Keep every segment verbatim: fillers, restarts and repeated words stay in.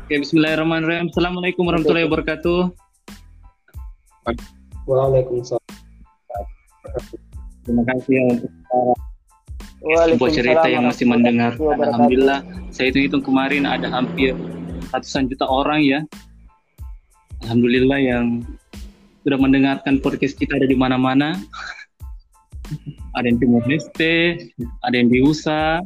Oke, bismillahirrahmanirrahim. Assalamualaikum warahmatullahi wabarakatuh. Waalaikumsalam. Terima kasih ya untuk sebuah cerita yang masih mendengar. Alhamdulillah, saya hitung-hitung kemarin ada hampir ratusan juta orang ya. Alhamdulillah yang sudah mendengarkan podcast kita ada di mana-mana. Ada yang Timur Leste, ada yang di U S A.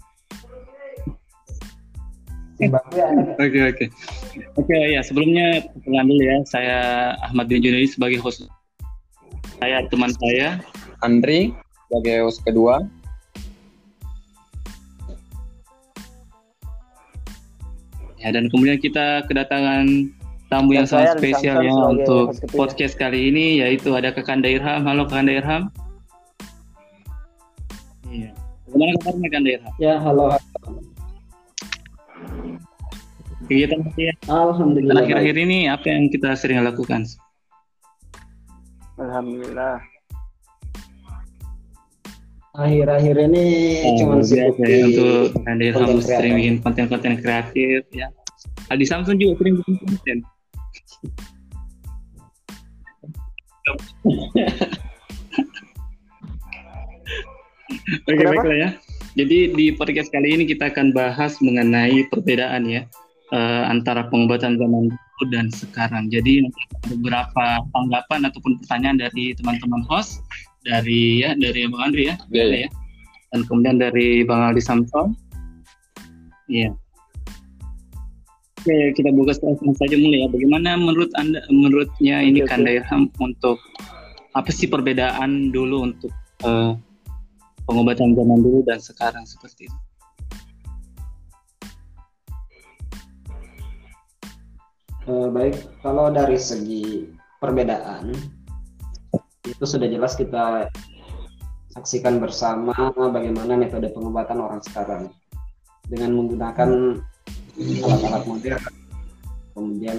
Oke oke oke ya, sebelumnya perkenalan dulu ya, saya Ahmad bin Junaidi sebagai host. Saya teman saya Andri sebagai host kedua. Ya, dan kemudian kita kedatangan tamu yang sangat spesial ya untuk podcast kali ini, yaitu ada Kakanda Irham. Halo Kakanda Irham. Iya. Bagaimana kabarnya Kakanda Irham? Ya, halo. Kegiatan ya. Alhamdulillah. Akhir-akhir ini apa yang kita sering lakukan? Alhamdulillah. Akhir-akhir ini oh, cuma sibuk ya, untuk Kakanda Irham sering bikin konten-konten kreatif ya. Aldi Samson juga sering bikin konten. Oke, baiklah ya. Jadi di podcast kali ini kita akan bahas mengenai perbedaan ya uh, antara pengobatan zaman dulu dan sekarang. Jadi beberapa tanggapan ataupun pertanyaan dari teman-teman host, dari ya dari Bang Andri ya, yeah, yeah. ya. Dan kemudian dari Bang Aldi Samson. Iya. Oke, kita buka langsung saja mulai ya. Bagaimana menurut Anda, menurutnya ini okay, Kakanda Irham untuk apa sih perbedaan dulu untuk uh, pengobatan zaman dulu dan sekarang seperti itu? Uh, baik, kalau dari segi perbedaan itu sudah jelas kita saksikan bersama bagaimana metode pengobatan orang sekarang dengan menggunakan alat-alat modern, kemudian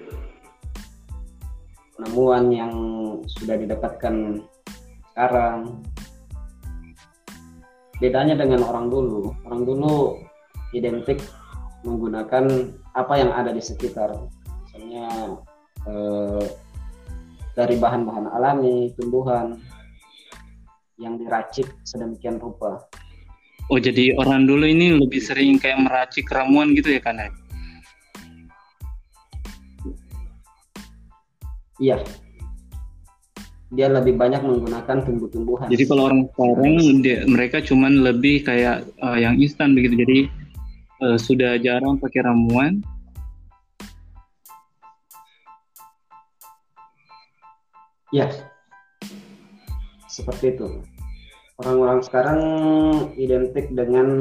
penemuan yang sudah didapatkan sekarang. Bedanya dengan orang dulu, orang dulu identik menggunakan apa yang ada di sekitar, misalnya eh, dari bahan-bahan alami, tumbuhan yang diracik sedemikian rupa. Oh, jadi orang dulu ini lebih sering kayak meracik ramuan gitu ya kan? Iya. Dia lebih banyak menggunakan tumbuh-tumbuhan. Jadi kalau orang sekarang dia, mereka cuman lebih kayak uh, yang instan begitu. Jadi uh, sudah jarang pakai ramuan. Ya, seperti itu. Orang-orang sekarang identik dengan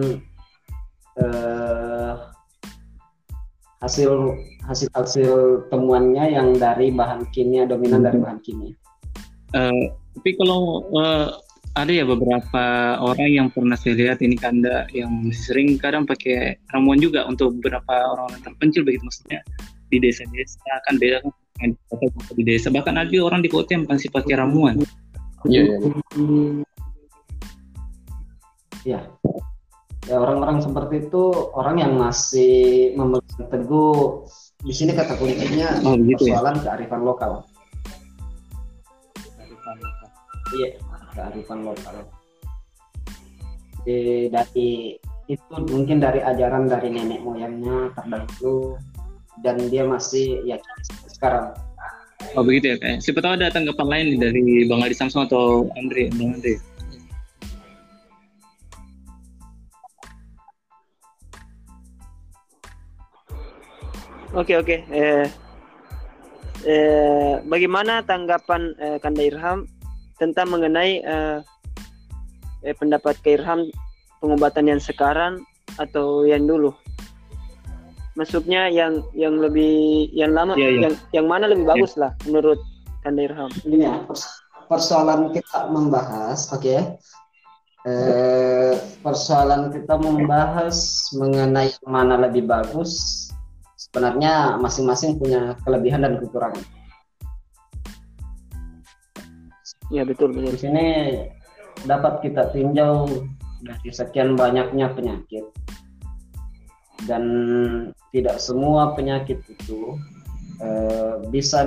uh, hasil hasil hasil temuannya yang dari bahan kimia, dominan dari bahan kimia. Uh, tapi kalau uh, ada ya beberapa orang yang pernah saya lihat ini Kanda yang masih sering kadang pakai ramuan juga untuk beberapa orang terpencil begitu, maksudnya di desa-desa kan beda kan di desa, bahkan ada orang di kota yang masih pakai ramuan. Iya, iya. Ya, ya orang-orang seperti itu orang yang masih memegang teguh. Di sini kata kuncinya oh, gitu persoalan ya? kearifan lokal. Iya, kearifan lokal. Jadi, dari itu mungkin dari ajaran dari nenek moyangnya terdahulu dan dia masih ya sekarang. Oh begitu ya kayak. Siapa tahu ada tanggapan lain dari Bang Aldi Samson atau Andre, Bang Andre. Oke oke. Eh, eh, bagaimana tanggapan eh, Kakanda Irham tentang mengenai eh, eh, pendapat Kak Irham pengobatan yang sekarang atau yang dulu? Maksudnya yang yang lebih yang lama, yeah, yeah. yang yang mana lebih bagus yeah. lah menurut Kakanda Irham? Ini ya, persoalan kita membahas, oke? Okay? Eh, persoalan kita membahas mengenai mana lebih bagus. Sebenarnya masing-masing punya kelebihan dan kekurangan. Ya betul betul. Di sini dapat kita tinjau dari sekian banyaknya penyakit dan tidak semua penyakit itu uh, bisa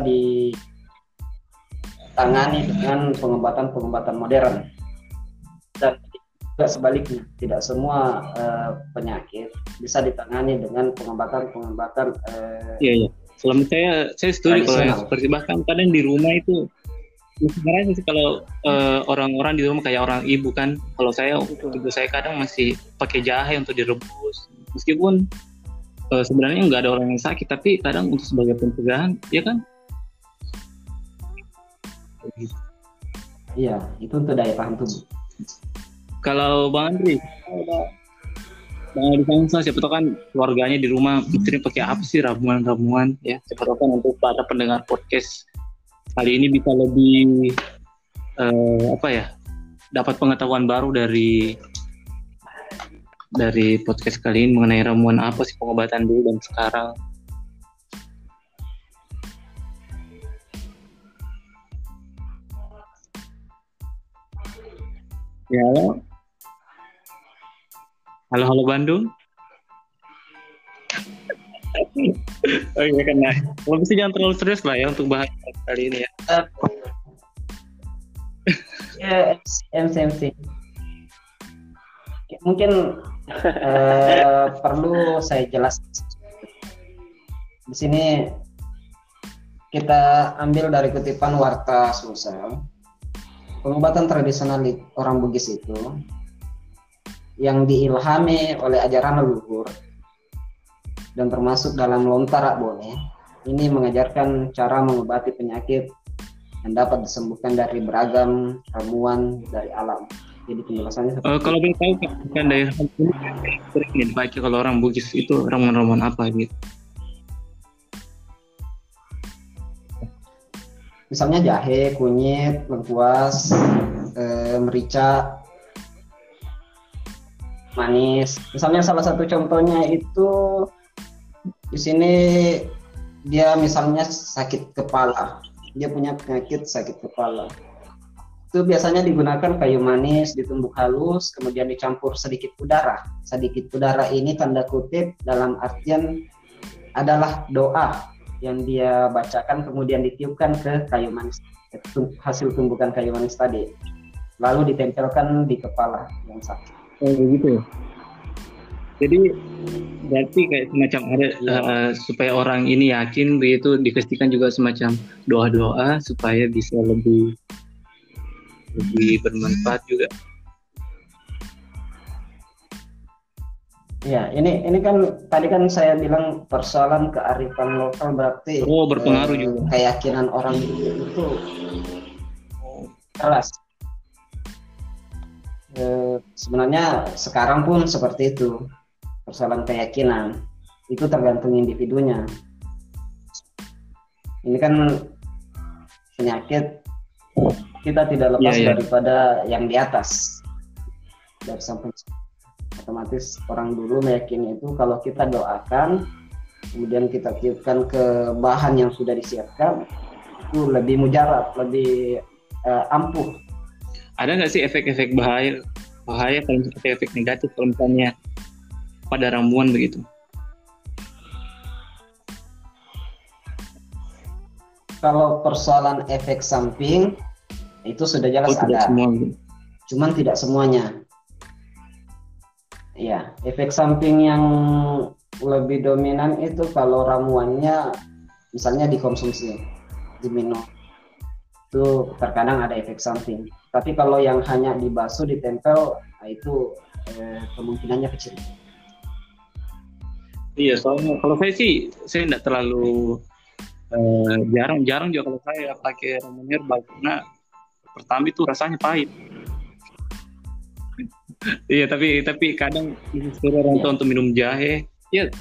ditangani dengan pengobatan-pengobatan modern, dan juga sebaliknya tidak semua uh, penyakit bisa ditangani dengan pengobatan-pengobatan uh, Iya, iya. Selama saya saya setuju kalau yang seperti, bahkan kadang di rumah itu sebenarnya sih kalau uh, orang-orang di rumah kayak orang ibu kan, kalau saya ibu saya kadang masih pakai jahe untuk direbus, meskipun uh, sebenarnya nggak ada orang yang sakit, tapi kadang untuk sebagai pencegahan, ya kan? Iya, itu untuk daya tahan tubuh. Kalau Bang Andri, Bang Andri Samsa, siapa tahu kan keluarganya di rumah mikirin pakai apa sih ramuan-ramuan, ya siapa tahu kan untuk para pendengar podcast kali ini bisa lebih uh, apa ya, dapat pengetahuan baru dari dari podcast kali ini mengenai ramuan apa sih pengobatan dulu dan sekarang. Ya, halo. Halo, halo Bandung. Oh iya kan, nah, kalau bisa jangan terlalu serius lah ya untuk bahas kali ini ya. Ya, M C M C. Mungkin uh, perlu saya jelaskan. Di sini kita ambil dari kutipan Warta Sulsel. Pengobatan tradisional orang Bugis itu yang diilhami oleh ajaran leluhur dan termasuk dalam Lontara Bone, ini mengajarkan cara mengobati penyakit yang dapat disembuhkan dari beragam ramuan dari alam. Jadi penjelasannya seperti uh, kalau boleh tahu kan daerah ini dibaca kalau orang Bugis itu ramuan-ramuan apa gitu? Misalnya jahe, kunyit, lengkuas, eh, merica, manis. Misalnya salah satu contohnya itu di sini dia misalnya sakit kepala, dia punya penyakit sakit kepala. Itu biasanya digunakan kayu manis ditumbuk halus, kemudian dicampur sedikit udara. Sedikit udara ini tanda kutip dalam artian adalah doa yang dia bacakan kemudian ditiupkan ke kayu manis, hasil tumbukan kayu manis tadi, lalu ditempelkan di kepala yang sakit. Oh begitu. Jadi berarti kayak semacam ada ya. uh, supaya orang ini yakin begitu, dikasihkan juga semacam doa-doa supaya bisa lebih lebih bermanfaat juga. Ya, ini ini kan tadi kan saya bilang persoalan kearifan lokal, berarti oh berpengaruh eh, juga. Keyakinan orang itu keras. Eh, sebenarnya sekarang pun seperti itu, persoalan keyakinan itu tergantung individunya. Ini kan penyakit, kita tidak lepas yeah, yeah. daripada yang di atas, dari samping. Otomatis orang dulu meyakini itu kalau kita doakan kemudian kita tiupkan ke bahan yang sudah disiapkan, itu lebih mujarab, lebih uh, ampuh. Ada nggak sih efek-efek bahaya bahaya kalau misalnya efek negatif kalau misalnya pada ramuan begitu? Kalau persoalan efek samping itu sudah jelas oh, ada, semua. Cuman tidak semuanya. Ya, efek samping yang lebih dominan itu kalau ramuannya misalnya dikonsumsi, diminum, itu terkadang ada efek samping. Tapi kalau yang hanya dibasuh, ditempel, nah itu eh, kemungkinannya kecil. Iya, soalnya kalau saya sih saya tidak terlalu eh, jarang-jarang juga kalau saya pakai ramuan herbal, karena pertama itu rasanya pahit. Iya, tapi tapi kadang disuruh orang tua untuk minum jahe. Iya.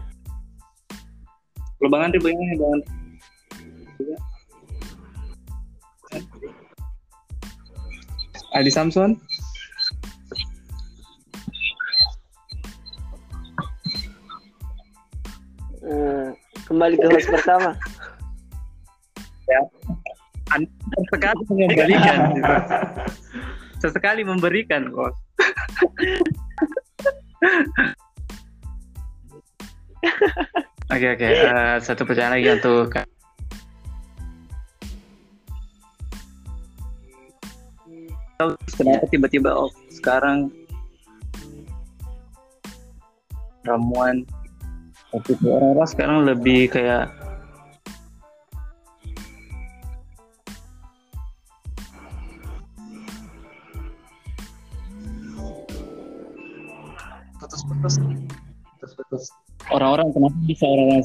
Kalau Bang Andri bagaimana Bang Andri? Adi Samson? Uh, kembali ke host pertama. Ya. Anda sesekali mengembalikan. Sesekali memberikan, Bos. Oke oke. Eh, satu pertanyaan lagi untuk kenapa tiba-tiba oh sekarang ramuan tapi orang-orang sekarang lebih kayak Putus-putus. Putus-putus. orang-orang kenapa bisa orang-orang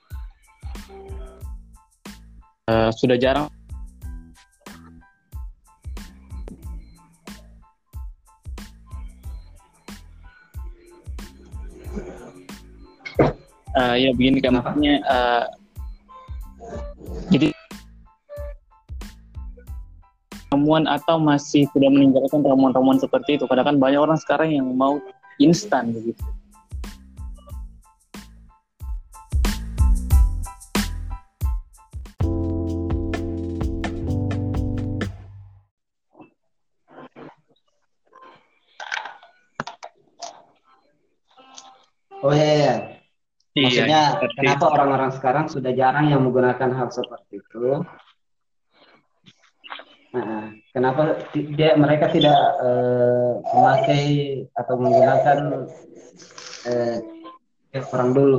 eh, sudah jarang eh, ya begini kan maksudnya eh, jadi ramuan atau masih sudah meninggalkan ramuan-ramuan seperti itu karena kan banyak orang sekarang yang mau instan begitu. Oh iya, iya. Maksudnya Iya, seperti kenapa itu. orang-orang sekarang sudah jarang yang menggunakan hal seperti itu? Nah, kenapa ti- dia mereka tidak eh, memakai atau menggunakan eh, orang dulu?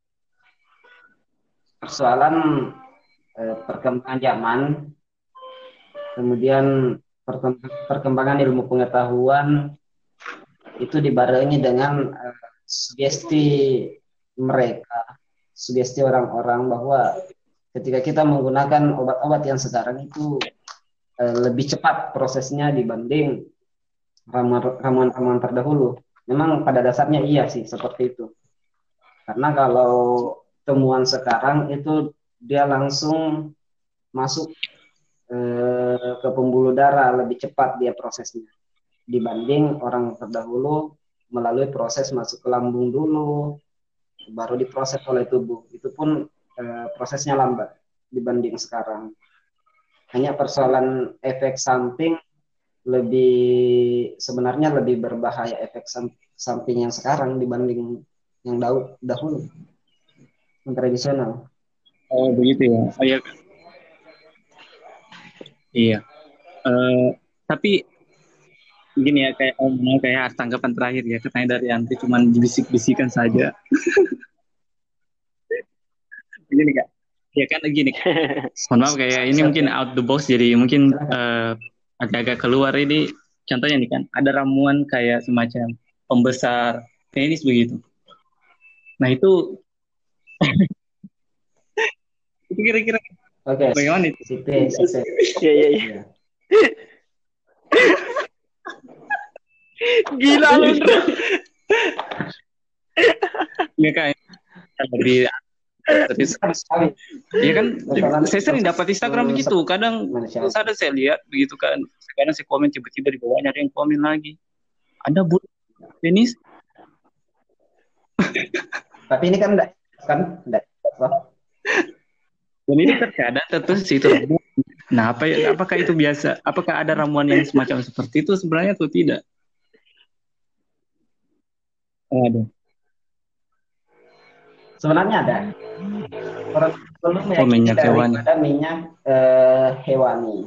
Persoalan eh, perkembangan zaman, kemudian perkemb- perkembangan ilmu pengetahuan itu dibarengi dengan eh, sugesti mereka, sugesti orang-orang bahwa ketika kita menggunakan obat-obat yang sekarang itu eh, lebih cepat prosesnya dibanding ramuan- ramuan-ramuan terdahulu. Memang pada dasarnya iya sih seperti itu. Karena kalau temuan sekarang itu dia langsung masuk eh, ke pembuluh darah, lebih cepat dia prosesnya dibanding orang terdahulu melalui proses masuk ke lambung dulu, baru diproses oleh tubuh. Itu pun eh, prosesnya lambat dibanding sekarang. Hanya persoalan efek samping lebih sebenarnya lebih berbahaya efek samping yang sekarang dibanding yang dahulu, yang tradisional. Oh begitu ya. Oh, iya. Iya. Eh, tapi gini ya kayak omong kayak tanggapan terakhir ya katanya dari Andri cuman bisik-bisikan saja. Begini kak. Ya kan gini. Mohon maaf kayak ini Siap, mungkin siap. out the box jadi mungkin Silakan. eh, agak-agak keluar ini contohnya nih kan ada ramuan kayak semacam pembesar penis begitu. Nah itu itu kira-kira Oke, bagaimana itu? sip, sip. Iya iya iya. Ya. Gila lu Ndra. Iya kan lebih serius. Sekali. Iya kan, Persoalan saya sering dapat Instagram eh, begitu. Kadang manusia. ada saya lihat begitu kan. Kadang saya komen tiba-tiba di bawahnya ada yang komen lagi. Ada bu penis. Tapi ini kan enggak kan enggak apa? Dan ini terkadang tertulis itu ramuan. Nah, apa apakah itu biasa? Apakah ada ramuan yang semacam seperti itu sebenarnya atau tidak? Aduh. Sebenarnya ada. Orang dulu Oh, meyakini minyak hewani. daripada minyak eh, hewani.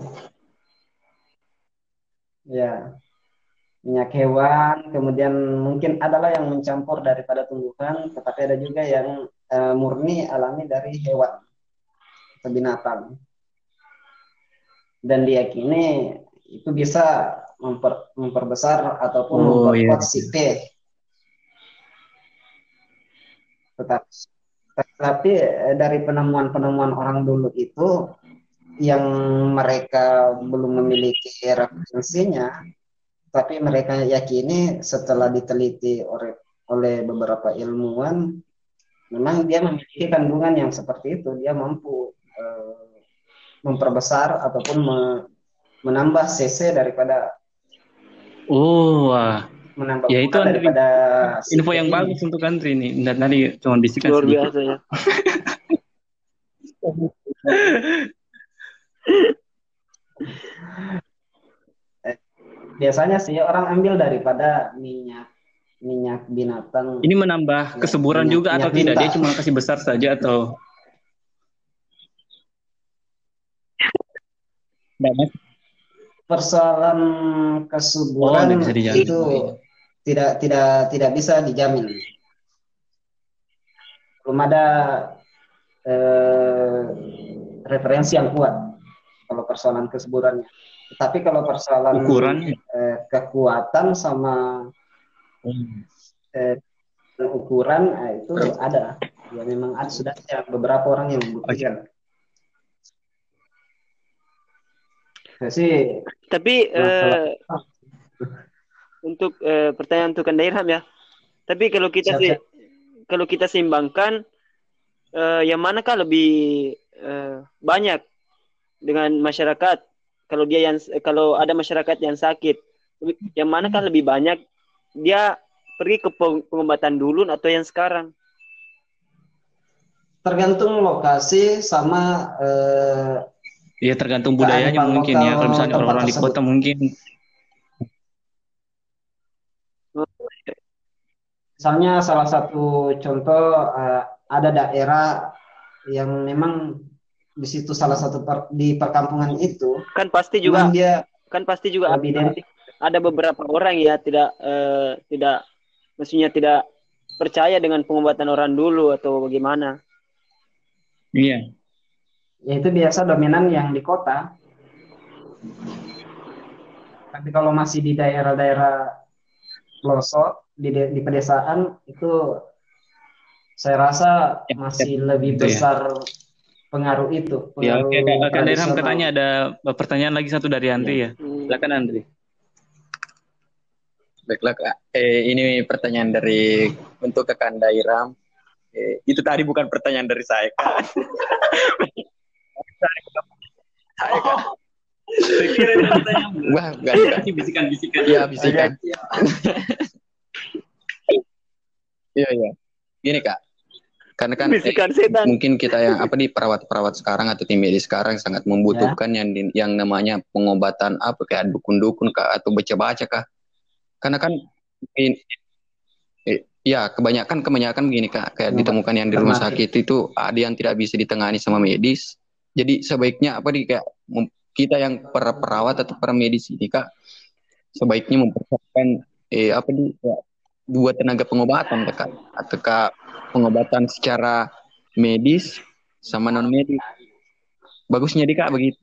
Ya, minyak hewan, kemudian mungkin adalah yang mencampur daripada tumbuhan, tetapi ada juga yang eh, murni alami dari hewan atau binatang. Dan diyakini itu bisa memper, memperbesar ataupun Oh iya. memperkuat si P. Tetapi, tetapi eh, dari penemuan-penemuan orang dulu itu yang mereka belum memiliki referensinya, tapi mereka yakini setelah diteliti oleh oleh beberapa ilmuwan, memang dia memiliki kandungan yang seperti itu, dia mampu eh, memperbesar ataupun me, menambah cc daripada Oh, wah. menambah Ya itu ukuran Andri. daripada Info C P yang ini. bagus untuk Andri nih. Dan tadi cuma bisikan Luar sedikit. biasa ya. Eh, biasanya sih orang ambil daripada minyak minyak binatang, Ini menambah minyak, kesuburan minyak, juga atau minyak tidak? tinta. Dia cuma kasih besar saja atau tidak, Mas? Persoalan Oh, kesuburan tidak bisa dijamin. itu Oh, iya. tidak tidak tidak bisa dijamin. Belum ada eh, referensi yang kuat kalau persoalan kesuburannya. Tapi kalau persoalan Ukuran. eh, kekuatan sama Hmm. eh, ukuran eh, itu ada. Ya memang ada, sudah ada beberapa orang yang membuktikan. Saya sih Tapi masalah eh, untuk eh, pertanyaan untuk Anda Irham ya. Tapi kalau kita sih siap-siap. kalau kita seimbangkan eh, yang manakah lebih eh, banyak dengan masyarakat? Kalau dia yang kalau ada masyarakat yang sakit, yang manakah lebih banyak dia pergi ke pengobatan dulu atau yang sekarang? Tergantung lokasi sama eh, Ya tergantung budayanya kearifan mungkin ya. Kalau lokal misalnya tempat orang-orang di tersebut. kota mungkin. Misalnya salah satu contoh eh, ada daerah yang memang di situ salah satu per, di perkampungan itu Kan pasti memang juga dia kan pasti juga lebih identik. ada beberapa orang ya tidak eh, tidak maksudnya tidak percaya dengan pengobatan orang dulu atau bagaimana. Iya. Yaitu biasa dominan yang di kota. Tapi kalau masih di daerah-daerah pelosok di, di pedesaan itu saya rasa Ya, masih ya, lebih gitu ya. besar pengaruh itu, Ya, oke. pengaruh Kak Dirham tradisional. katanya ada pertanyaan lagi satu dari Andri Ya. ya. Silakan Andri. Baiklah Kak. Eh, ini pertanyaan dari untuk Kak Irham. Eh, itu tadi bukan pertanyaan dari saya Kak. Saya Kak. Saya kira ini pertanyaan. Wah, enggak Kak. Bisikan-bisikan. Iya, bisikan. Iya, iya. Gini Kak. Karena kan eh, Bisikan setan. mungkin kita yang apa di perawat-perawat sekarang atau tim medis sekarang sangat membutuhkan yang di- yang namanya pengobatan apa kayak dukun-dukun Kak atau baca-baca Kak. Karena kan ini, eh, ya kebanyakan kebanyakan begini Kak, kayak ditemukan yang di rumah sakit itu ada yang tidak bisa ditangani sama medis. Jadi sebaiknya apa di kayak mem- kita yang para perawat atau para medis ini Kak sebaiknya mempersiapkan eh apa di ya, dua tenaga pengobatan Kak atau Kak pengobatan secara medis sama non medis. Bagusnya di Kak begitu.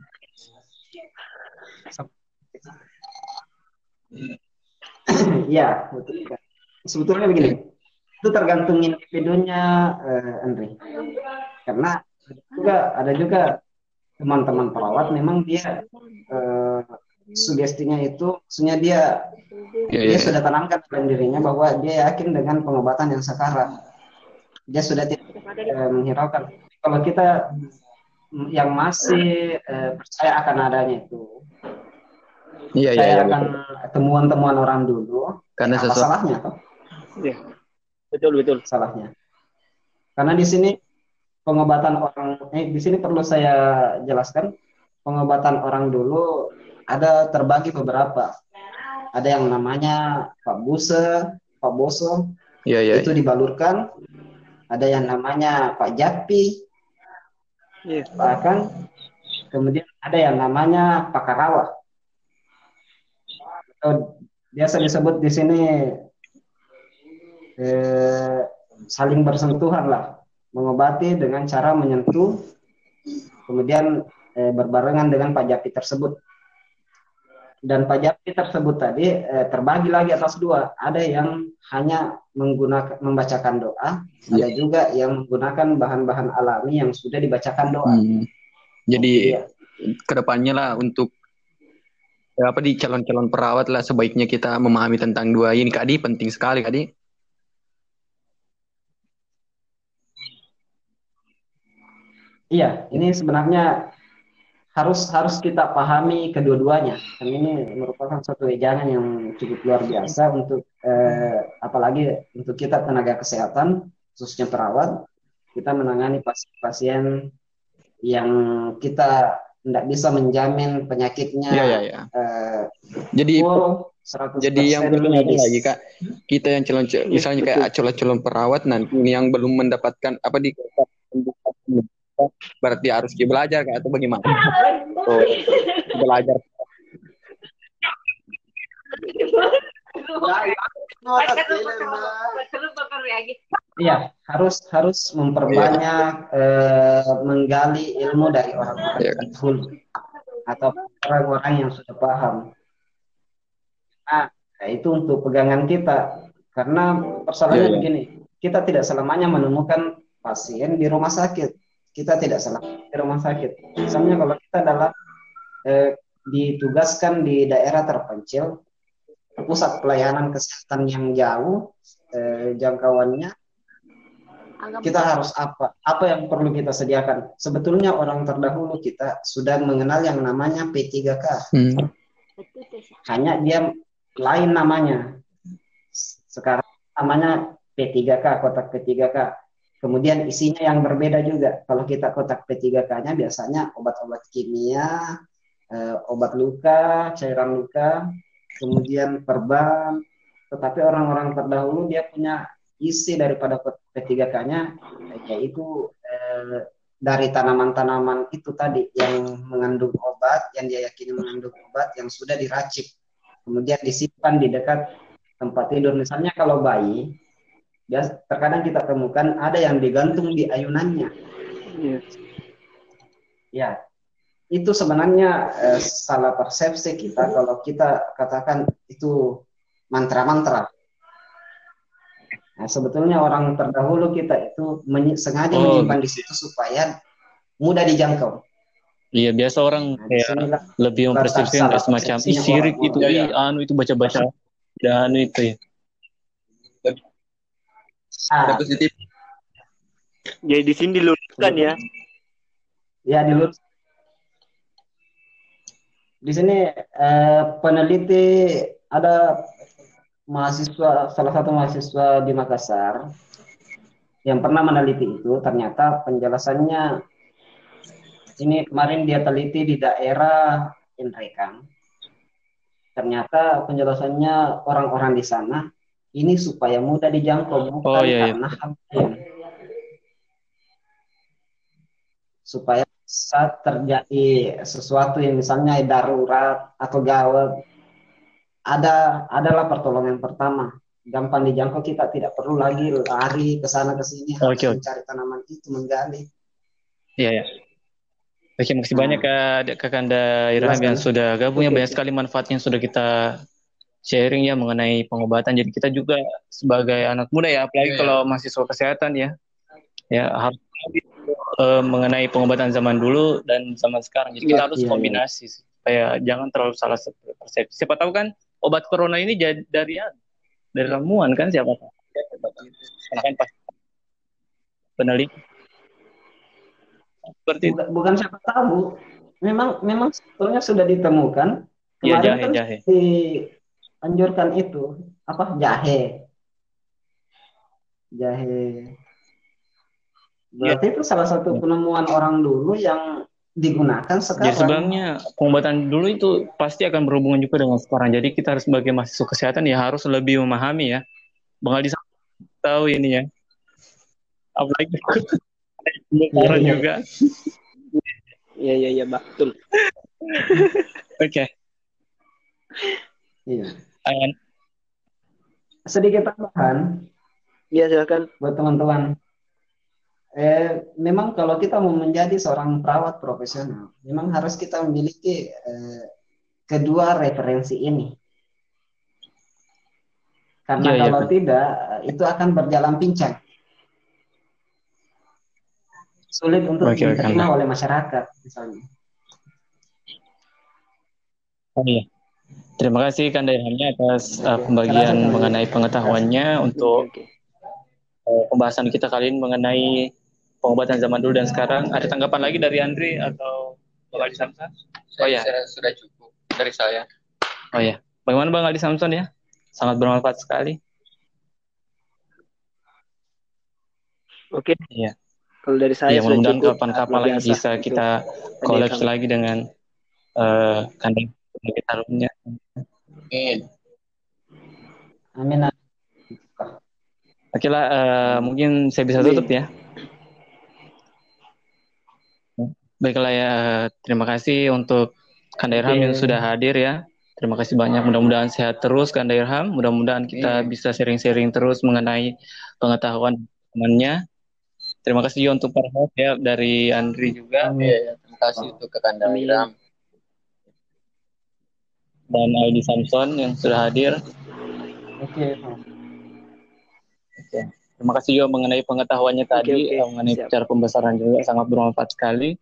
Iya, betul. Sebetulnya begini, itu tergantung individunya, eh, Andre. Karena juga ada juga teman-teman perawat memang dia eh, sugestinya itu, maksudnya dia Ya, dia ya, sudah tanamkan dalam dirinya bahwa dia yakin dengan pengobatan yang sekarang. Dia sudah tidak eh, menghiraukan. Kalau kita yang masih eh, percaya akan adanya itu, Iya, iya, saya iya, akan betul. temuan-temuan orang dulu. Karena Apa sesuatu salahnya toh? Iya. Betul betul. Salahnya. Karena di sini pengobatan orang, eh, di sini perlu saya jelaskan, pengobatan orang dulu ada terbagi beberapa. Ada yang namanya Pak Buse, Pak Boso, Iya, iya, itu iya. dibalurkan. Ada yang namanya Pak Japi, Iya. bahkan kemudian ada yang namanya Pak Karawa. Atau biasa disebut di sini eh, saling bersentuhan lah, mengobati dengan cara menyentuh, kemudian eh, berbarengan dengan Pak Japi tersebut. Dan Pak Japi tersebut tadi eh, terbagi lagi atas dua. Ada yang hanya menggunakan membacakan doa, Iya. ada juga yang menggunakan bahan-bahan alami yang sudah dibacakan doa. Hmm. Jadi Iya. kedepannya lah untuk ya, apa di calon-calon perawat lah sebaiknya kita memahami tentang dua ini Kak Di, penting sekali Kak Di. Iya, ini sebenarnya harus harus kita pahami kedua-duanya. Dan ini merupakan suatu wejangan yang cukup luar biasa untuk eh, apalagi untuk kita tenaga kesehatan, khususnya perawat, kita menangani pasien-pasien yang kita tidak bisa menjamin penyakitnya Iya, iya, iya. eh, Jadi full Jadi yang terkenal medis. lagi Kak, kita yang calon misalnya kayak calon-calon perawat nanti yang belum mendapatkan apa di berarti harus dia belajar Kak atau bagaimana? Oh, belajar. Iya, harus harus memperbanyak eh, menggali ilmu dari orang-orang Iya. dahulu atau orang-orang yang sudah paham. Nah, itu untuk pegangan kita. Karena persoalannya Iya, iya. begini, kita tidak selamanya menemukan pasien di rumah sakit. Kita tidak selamanya di rumah sakit. Misalnya kalau kita dalam eh, ditugaskan di daerah terpencil, pusat pelayanan kesehatan yang jauh eh, jangkauannya, kita harus apa? Apa yang perlu kita sediakan? Sebetulnya orang terdahulu kita sudah mengenal yang namanya P tiga K. Hmm. Hanya dia lain namanya. Sekarang namanya P tiga K, kotak P tiga K. Kemudian isinya yang berbeda juga. Kalau kita kotak P tiga K-nya biasanya obat-obat kimia, eh, obat luka, cairan luka, kemudian perban. Tetapi orang-orang terdahulu dia punya isi daripada P tiga K-nya, yaitu eh, dari tanaman-tanaman itu tadi yang mengandung obat, yang dia yakini mengandung obat yang sudah diracik, kemudian disimpan di dekat tempat tidur. Misalnya kalau bayi, ya terkadang kita temukan ada yang digantung di ayunannya. Iya. Ya, itu sebenarnya eh, salah persepsi kita kalau kita katakan itu mantra-mantra. Nah, sebetulnya orang terdahulu kita itu menyi- sengaja Oh, menyimpan di situ supaya mudah dijangkau. Iya, biasa orang Nah, kayak disinilah lebih letak mempersepsikan salah kayak semacam ih persepsinya sirik itu, orang-orang. ih anu itu baca-baca dan itu ya. Ah, Positif. Jadi di sini diluruskan ya. ya dulu di sini eh, peneliti ada mahasiswa, salah satu mahasiswa di Makassar yang pernah meneliti itu, ternyata penjelasannya ini kemarin dia teliti di daerah Inrekang. Ternyata penjelasannya orang-orang di sana ini supaya mudah dijangkau, bukan Oh iya, iya. karena hamil. Supaya saat terjadi sesuatu yang misalnya darurat atau gawat, ada adalah pertolongan pertama, gampang dijangkau, kita tidak perlu lagi lari ke sana ke sini harus Oke, oke. mencari tanaman itu, menggali. Iya, ya. Oke, makasih Nah, banyak Kak Kakanda Irham jelas yang kan? sudah gabung ya. Oke, Banyak oke. sekali manfaatnya yang sudah kita sharing ya mengenai pengobatan. Jadi kita juga sebagai anak muda ya, apalagi Iya, kalau mahasiswa kesehatan ya, ya harus eh, mengenai pengobatan zaman dulu dan zaman sekarang. Jadi kita Iya. harus Iya, iya. kombinasi supaya jangan terlalu salah persepsi. Siapa tahu kan obat corona ini jadi dari dari ramuan kan, siapa tahu. Karena kan pas peneliti seperti itu. Bukan, bukan siapa tahu, memang memang sebetulnya sudah ditemukan. Ya, Kemarin jahe, kan jahe. dianjurkan itu apa jahe, jahe. Ya. Berarti itu salah satu penemuan orang dulu yang digunakan Jadi sekarang. sebenarnya pengobatan dulu itu pasti akan berhubungan juga dengan sekarang. Jadi kita harus sebagai mahasiswa kesehatan ya harus lebih memahami ya. Bang Aldi tahu ini ya. Apalagi Iya, iya. juga. Iya, iya, iya, betul. Oke. Iya. Ayan. Sedikit tambahan Iya, silakan. buat teman-teman. Eh, memang kalau kita mau menjadi seorang perawat profesional, memang harus kita memiliki eh, kedua referensi ini. Karena Iya, iya, kalau Kak. tidak, itu akan berjalan pincang. Sulit untuk Oke, oke, diterima Anda. oleh masyarakat, misalnya. Oh, iya. Terima kasih Kanda Irhamnya atas uh, Oke, pembagian salah satu. mengenai pengetahuannya untuk Oke, oke. uh, pembahasan kita kali ini mengenai pengobatan zaman dulu dan sekarang. Ada tanggapan lagi dari Andri atau Bang Aldi Samson? Oh ya, saya sudah cukup dari saya. oh ya. Bagaimana Bang Aldi Samson ya? Sangat bermanfaat sekali. Oke. Iya. Kalau dari saya Iya, sudah mudah-mudahan cukup. kapan-kapan Luar lagi biasa bisa untuk kita Kanda kolaps Irham. lagi dengan uh, Kanda sebagai tarunnya. Amin. Amin. Oke lah, uh, mungkin saya bisa tutup ya. Baiklah ya, terima kasih untuk Kanda Irham yang sudah hadir ya. Terima kasih banyak, mudah-mudahan sehat terus Kanda Irham. Mudah-mudahan kita bisa sharing-sharing terus mengenai pengetahuan temannya. Terima kasih juga untuk para host ya, dari Andri juga. Ya, terima kasih untuk ke Kanda Irham. Dan Aldi Samson yang sudah hadir. Oke. Oke. Terima kasih juga mengenai pengetahuannya Oke, tadi, oke. mengenai Siap. cara pembesaran juga sangat bermanfaat sekali.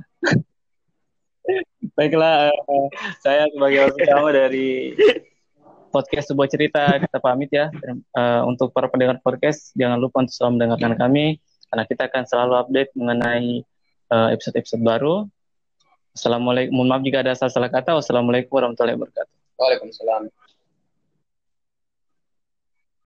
Baiklah, uh, saya sebagai host utama dari podcast Sebuah Cerita, kita pamit ya. Uh, untuk para pendengar podcast, jangan lupa untuk selalu mendengarkan kami, karena kita akan selalu update mengenai uh, episode-episode baru. Assalamualaikum, mohon maaf jika ada salah-salah kata. Wassalamualaikum warahmatullahi wabarakatuh. Waalaikumsalam.